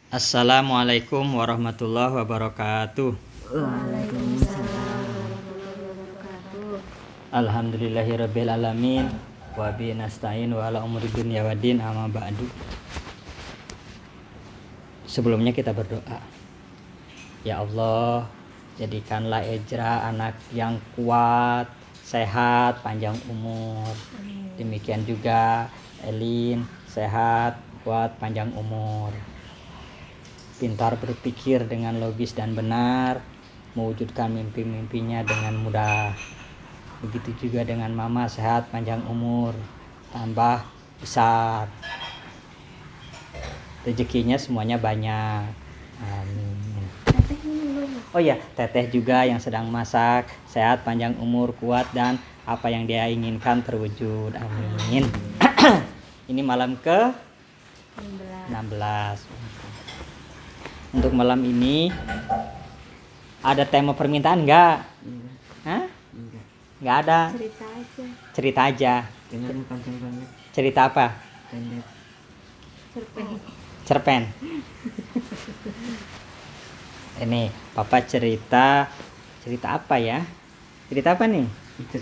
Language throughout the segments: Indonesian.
Assalamualaikum warahmatullahi wabarakatuh. Waalaikumsalam warahmatullahi wabarakatuh. Alhamdulillahirabbil alamin wa bihi nasta'in wa ala umuri dunya waddin amma ba'du. Sebelumnya kita berdoa. Ya Allah, jadikanlah Ejra anak yang kuat, sehat, panjang umur. Demikian juga Elin, sehat, kuat, panjang umur. Pintar berpikir dengan logis dan benar, mewujudkan mimpi-mimpinya dengan mudah. Begitu juga dengan Mama, sehat, panjang umur, tambah besar. Rezekinya semuanya banyak. Amin. Oh ya, Teteh juga yang sedang masak, sehat, panjang umur, kuat, dan apa yang dia inginkan terwujud. Amin. Ini malam ke 16. Untuk malam ini ada tema permintaan enggak? Hah? Enggak ada. Cerita aja. Cerita apa? Cerpen. Ini Papa cerita apa ya? Cerita apa nih?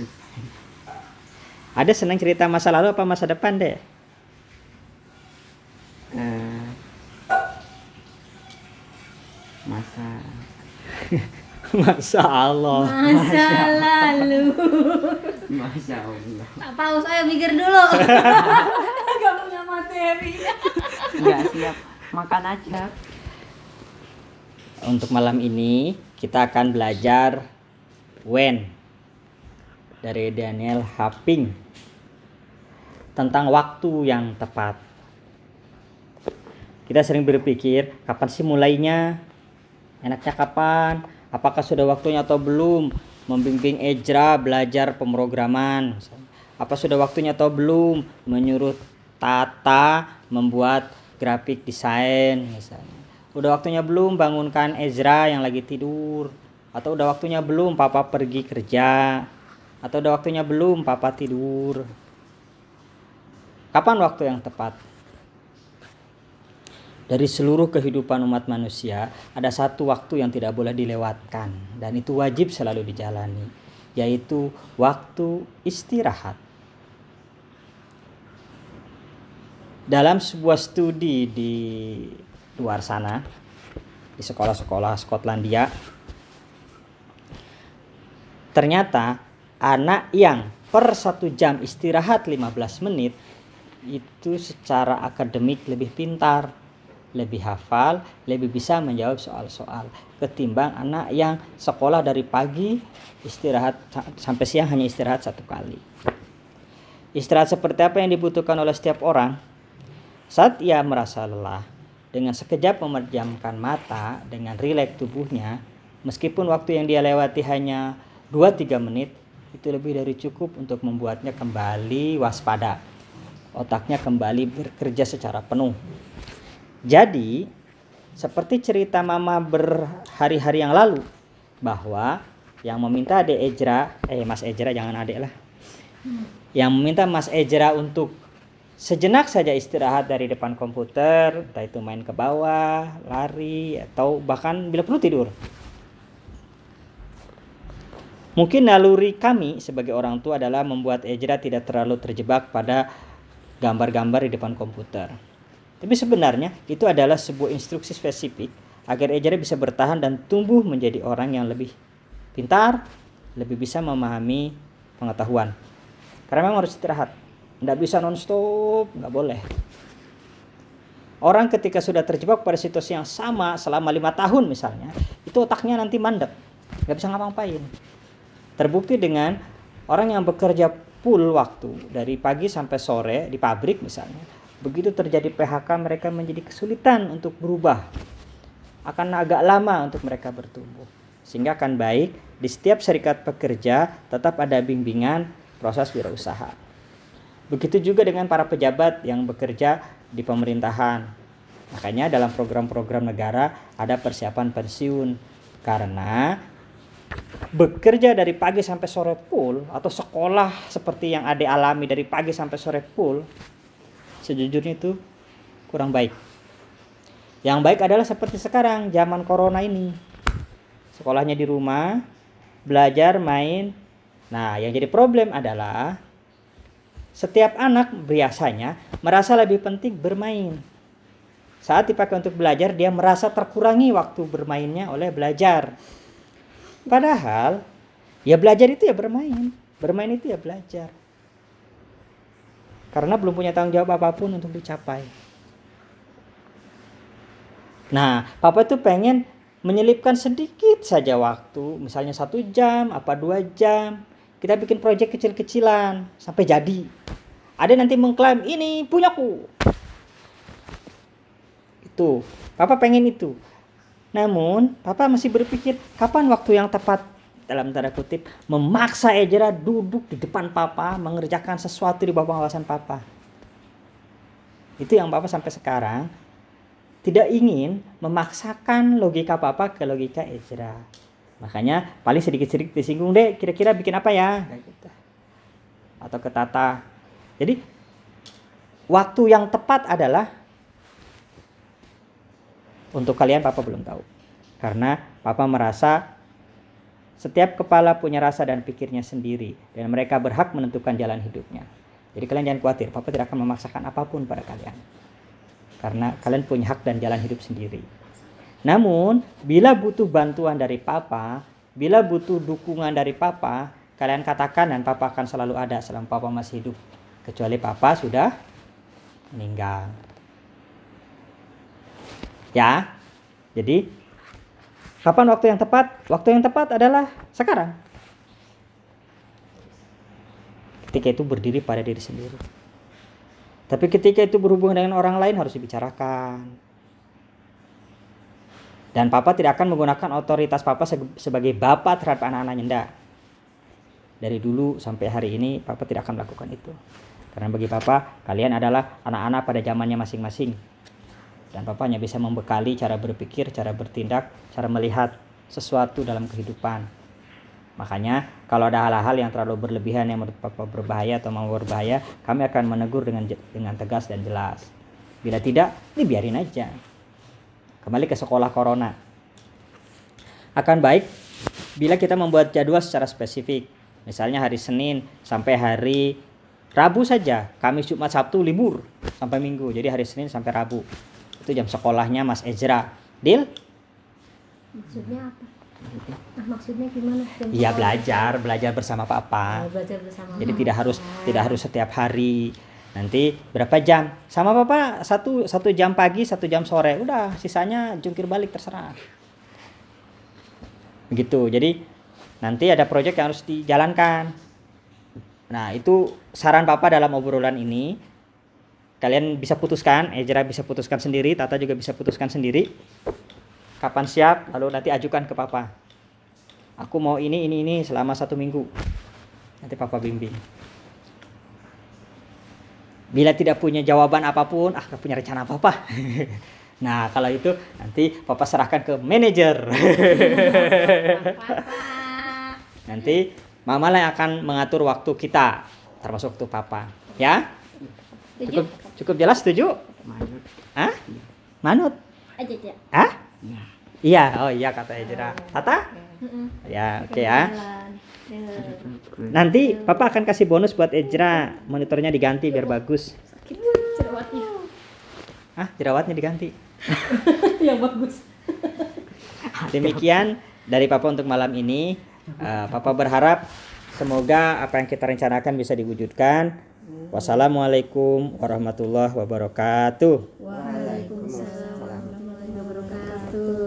Ada senang cerita masa lalu apa masa depan, Dek? Masa Allah. Masa lalu. Masya Allah. Tak paus, ayo mikir dulu. Gak punya materi. Nggak siap makan aja. Untuk malam ini kita akan belajar When dari Daniel Haping tentang waktu yang tepat. Kita sering berpikir kapan sih mulainya? Enaknya kapan? Apakah sudah waktunya atau belum membimbing Ejra belajar pemrograman? Apa sudah waktunya atau belum menyuruh Tata membuat grafik desain misalnya? Udah waktunya belum bangunkan Ezra yang lagi tidur? Atau udah waktunya belum Papa pergi kerja? Atau udah waktunya belum Papa tidur? Kapan waktu yang tepat? Dari seluruh kehidupan umat manusia, ada satu waktu yang tidak boleh dilewatkan, dan itu wajib selalu dijalani, yaitu waktu istirahat. Dalam sebuah studi di luar sana, di sekolah-sekolah Skotlandia, ternyata anak yang per 1 jam istirahat 15 menit, itu secara akademik lebih pintar, lebih hafal, lebih bisa menjawab soal-soal ketimbang anak yang sekolah dari pagi istirahat sampai siang hanya istirahat 1 kali. Istirahat seperti apa yang dibutuhkan oleh setiap orang? Saat ia merasa lelah, dengan sekejap memejamkan mata dengan rileks tubuhnya, meskipun waktu yang dia lewati hanya 2-3 menit, itu lebih dari cukup untuk membuatnya kembali waspada. Otaknya kembali bekerja secara penuh. Jadi, seperti cerita Mama berhari-hari yang lalu, bahwa yang meminta Mas Ejra jangan adek lah. Yang meminta Mas Ejra untuk sejenak saja istirahat dari depan komputer, entah itu main ke bawah, lari, atau bahkan bila perlu tidur. Mungkin naluri kami sebagai orang tua adalah membuat Ejra tidak terlalu terjebak pada gambar-gambar di depan komputer. Tapi sebenarnya itu adalah sebuah instruksi spesifik agar Ejra bisa bertahan dan tumbuh menjadi orang yang lebih pintar, lebih bisa memahami pengetahuan. Karena memang harus istirahat. Tidak bisa non-stop, nggak boleh. Orang ketika sudah terjebak pada situasi yang sama selama 5 tahun misalnya, itu otaknya nanti mandek, nggak bisa ngapa-ngapain. Terbukti dengan orang yang bekerja full waktu dari pagi sampai sore di pabrik misalnya. Begitu terjadi PHK, mereka menjadi kesulitan untuk berubah. Akan agak lama untuk mereka bertumbuh. Sehingga akan baik di setiap serikat pekerja tetap ada bimbingan proses wirausaha. Begitu juga dengan para pejabat yang bekerja di pemerintahan. Makanya dalam program-program negara ada persiapan pensiun. Karena bekerja dari pagi sampai sore full, atau sekolah seperti yang Ade alami dari pagi sampai sore full, sejujurnya itu kurang baik. Yang baik adalah seperti sekarang, zaman corona ini. Sekolahnya di rumah, belajar, main. Nah, yang jadi problem adalah setiap anak biasanya merasa lebih penting bermain. Saat dipakai untuk belajar, dia merasa terkurangi waktu bermainnya oleh belajar. Padahal, ya belajar itu ya bermain. Bermain itu ya belajar. Karena belum punya tanggung jawab apapun untuk dicapai. Nah, papa itu pengen menyelipkan sedikit saja waktu. Misalnya 1 jam, apa 2 jam. Kita bikin proyek kecil-kecilan sampai jadi. Ada nanti mengklaim, ini punyaku. Itu, papa pengen itu. Namun, papa masih berpikir kapan waktu yang tepat, dalam tanda kutip, memaksa Ezra duduk di depan papa, mengerjakan sesuatu di bawah pengawasan papa. Itu yang papa sampai sekarang tidak ingin memaksakan logika papa ke logika Ezra. Makanya paling sedikit-sedikit disinggung, deh kira-kira bikin apa ya? Gitu. Atau ke Tata. Jadi, waktu yang tepat adalah untuk kalian papa belum tahu. Karena papa merasa setiap kepala punya rasa dan pikirnya sendiri. Dan mereka berhak menentukan jalan hidupnya. Jadi kalian jangan khawatir. Papa tidak akan memaksakan apapun pada kalian. Karena kalian punya hak dan jalan hidup sendiri. Namun, bila butuh bantuan dari papa, bila butuh dukungan dari papa, kalian katakan dan papa akan selalu ada selama papa masih hidup. Kecuali papa sudah meninggal. Ya, jadi kapan waktu yang tepat? Waktu yang tepat adalah sekarang. Ketika itu berdiri pada diri sendiri. Tapi ketika itu berhubungan dengan orang lain harus dibicarakan. Dan papa tidak akan menggunakan otoritas papa sebagai bapak terhadap anak-anaknya. Enggak. Dari dulu sampai hari ini papa tidak akan melakukan itu. Karena bagi papa, kalian adalah anak-anak pada zamannya masing-masing. Dan papa hanya bisa membekali cara berpikir, cara bertindak, cara melihat sesuatu dalam kehidupan. Makanya kalau ada hal-hal yang terlalu berlebihan yang menurut papa berbahaya atau mau berbahaya, kami akan menegur dengan tegas dan jelas. Bila tidak, dibiarin aja. Kembali ke sekolah corona. Akan baik bila kita membuat jadwal secara spesifik. Misalnya hari Senin sampai hari Rabu saja. Kamis, Jumat, Sabtu libur sampai Minggu. Jadi hari Senin sampai Rabu. Itu jam sekolahnya Mas Ezra. Deal? Maksudnya apa? Maksudnya gimana? Iya, belajar bersama papa. Belajar bersama. Jadi tidak harus setiap hari. Nanti berapa jam? Sama papa satu jam pagi, 1 jam sore. Udah, sisanya jungkir balik terserah. Begitu. Jadi nanti ada proyek yang harus dijalankan. Nah, itu saran papa dalam obrolan ini. Kalian bisa putuskan, Ezra bisa putuskan sendiri, Tata juga bisa putuskan sendiri. Kapan siap, lalu nanti ajukan ke papa. Aku mau ini selama 1 minggu. Nanti papa bimbing. Bila tidak punya jawaban apapun, gak punya rencana apa-apa. Nah, kalau itu nanti papa serahkan ke manajer. Nanti mama lah yang akan mengatur waktu kita, termasuk waktu papa. Ya? Cukup jelas, setuju? Manut. Hah? Manut? Aja aja. Hah? Ya. Iya, oh iya kata Ezra. Tata? Ya, oke ya. Nanti papa akan kasih bonus buat Ezra, monitornya diganti biar bagus. Jerawatnya. Jerawatnya diganti. Yang bagus. Demikian dari papa untuk malam ini. Papa berharap semoga apa yang kita rencanakan bisa diwujudkan. Wassalamualaikum warahmatullahi wabarakatuh.